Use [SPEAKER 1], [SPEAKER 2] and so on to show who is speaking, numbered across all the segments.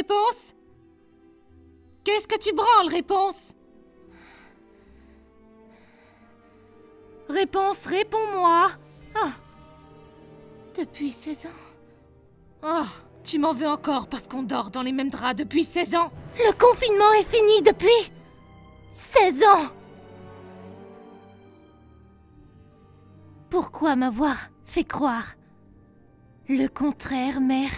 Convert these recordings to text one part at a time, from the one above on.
[SPEAKER 1] Réponse? Qu'est-ce que tu branles, réponse? Réponse, réponds-moi. Ah. Depuis 16 ans. Oh, tu m'en veux encore parce qu'on dort dans les mêmes draps depuis 16 ans. Le confinement est fini depuis 16 ans. Pourquoi m'avoir fait croire le contraire, mère?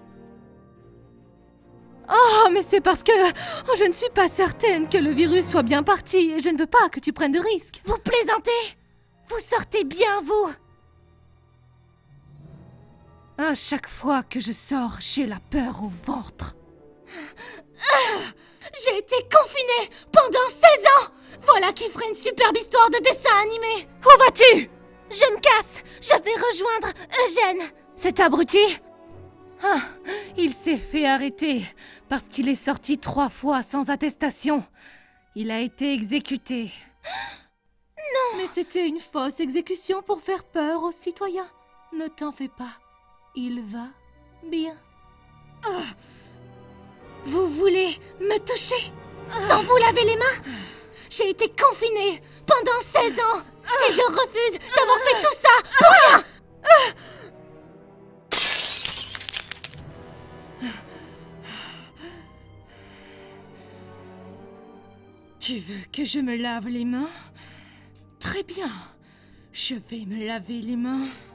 [SPEAKER 1] Oh, mais c'est parce que je ne suis pas certaine que le virus soit bien parti et je ne veux pas que tu prennes de risques. Vous plaisantez? Vous sortez bien, vous? À chaque fois que je sors, j'ai la peur au ventre. J'ai été confinée pendant 16 ans! Voilà qui ferait une superbe histoire de dessin animé! Où vas-tu? Je me casse! Je vais rejoindre Eugène! Cet abruti? Ah, il s'est fait arrêter parce qu'il est sorti 3 fois sans attestation. Il a été exécuté. Non! Mais c'était une fausse exécution pour faire peur aux citoyens. Ne t'en fais pas. Il va bien. Vous voulez me toucher sans vous laver les mains? J'ai été confinée pendant 16 ans et je refuse d'avoir fait tout ça pour rien! Tu veux que je me lave les mains? Très bien. Je vais me laver les mains.